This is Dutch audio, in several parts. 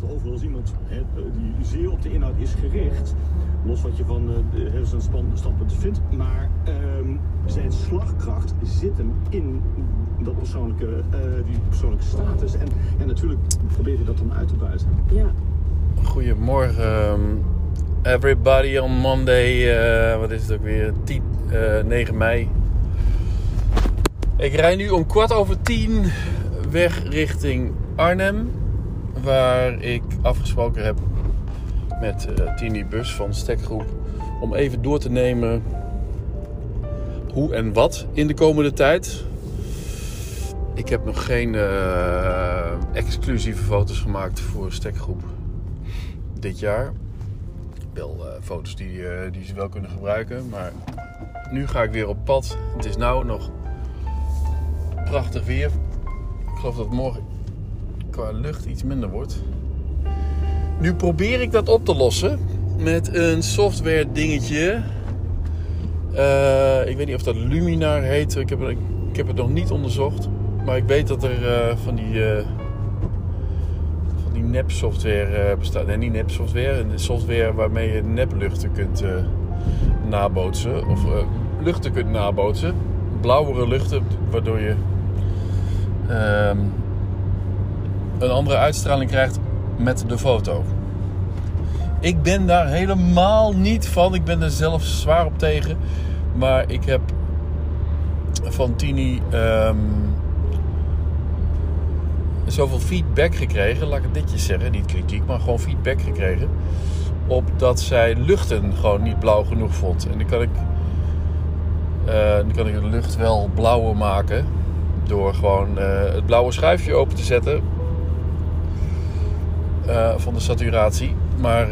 echt overal als iemand die zeer op de inhoud is gericht. Los wat je van zijn standpunt vindt. Maar zijn slagkracht zit hem in dat die persoonlijke status. En natuurlijk probeert hij dat dan uit te buiten. Ja. Goedemorgen, everybody on Monday. Wat is het ook weer? 9 mei. Ik rij nu om 10:15 weg richting Arnhem. Waar ik afgesproken heb met Tini Bus van Stekgroep om even door te nemen hoe en wat in de komende tijd. Ik heb nog geen exclusieve foto's gemaakt voor Stekgroep dit jaar. Wel foto's die ze wel kunnen gebruiken, maar nu ga ik weer op pad. Het is nou nog prachtig weer. Ik geloof dat het morgen qua lucht iets minder wordt. Nu probeer ik dat op te lossen met een software dingetje. Ik weet niet of dat Luminar heet. Ik heb het nog niet onderzocht. Maar ik weet dat er van die nep-software bestaat. Nee, niet nep-software. Een software waarmee je nepluchten kunt nabootsen. Of luchten kunt nabootsen. Blauwere luchten, waardoor je een andere uitstraling krijgt met de foto. Ik ben daar helemaal niet van. Ik ben er zelf zwaar op tegen. Maar ik heb van Tini zoveel feedback gekregen. Laat ik het netjes zeggen. Niet kritiek, maar gewoon feedback gekregen. Op dat zij luchten gewoon niet blauw genoeg vond. En dan kan ik de lucht wel blauwer maken. Door gewoon het blauwe schuifje open te zetten. Van de saturatie. Maar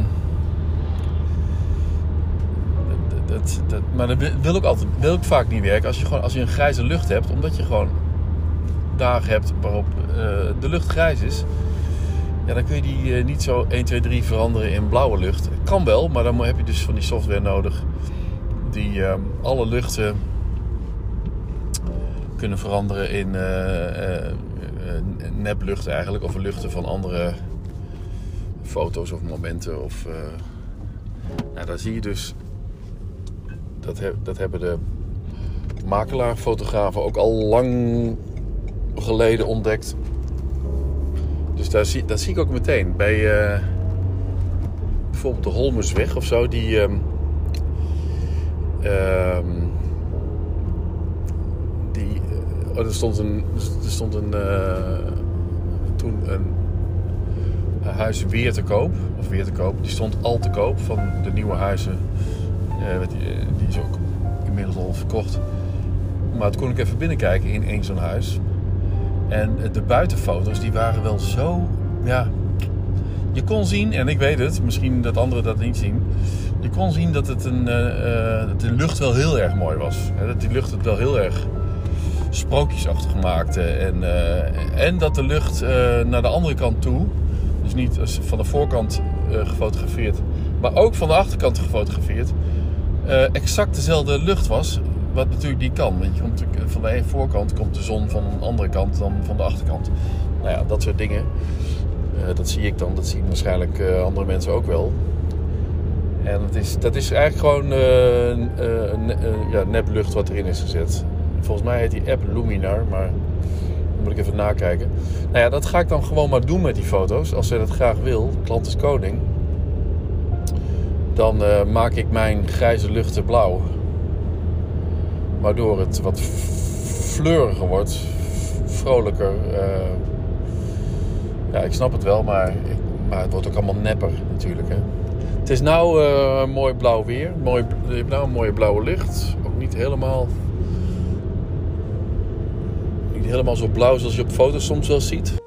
maar dat wil ik vaak niet werken als je een grijze lucht hebt. Omdat je gewoon dagen hebt waarop de lucht grijs is. Ja, dan kun je die niet zo 1, 2, 3 veranderen in blauwe lucht. Kan wel, maar dan heb je dus van die software nodig. Die alle luchten kunnen veranderen in nepluchten eigenlijk. Of luchten van andere foto's of momenten. Nou, daar zie je dus. Dat hebben de makelaarfotografen ook al lang geleden ontdekt. Dus dat zie ik ook meteen. Bij bijvoorbeeld de Holmersweg of zo. Er stond toen een huis weer te koop. Die stond al te koop van de nieuwe huizen. Die is ook inmiddels al verkocht. Maar toen kon ik even binnenkijken in één zo'n huis. En de buitenfoto's die waren wel zo... Ja, je kon zien, en ik weet het, misschien dat anderen dat niet zien. Je kon zien dat dat de lucht wel heel erg mooi was. Dat die lucht het wel heel erg sprookjesachtig maakte. En dat de lucht naar de andere kant toe, dus niet van de voorkant gefotografeerd, maar ook van de achterkant gefotografeerd, exact dezelfde lucht was. Wat natuurlijk niet kan. Want van de ene voorkant komt de zon van de andere kant dan van de achterkant. Nou ja, dat soort dingen. Dat zie ik dan. Dat zien waarschijnlijk andere mensen ook wel. En dat is eigenlijk gewoon neplucht wat erin is gezet. Volgens mij heet die app Luminar, maar dan moet ik even nakijken. Nou ja, dat ga ik dan gewoon maar doen met die foto's. Als zij dat graag wil, klant is koning. Dan maak ik mijn grijze luchten blauw. Waardoor het wat fleuriger wordt. Vrolijker. Ja, ik snap het wel, maar het wordt ook allemaal nepper natuurlijk. Hè. Het is nou mooi blauw weer. Je hebt nou een mooie blauwe lucht. Ook niet helemaal zo blauw zoals je op foto's soms wel ziet.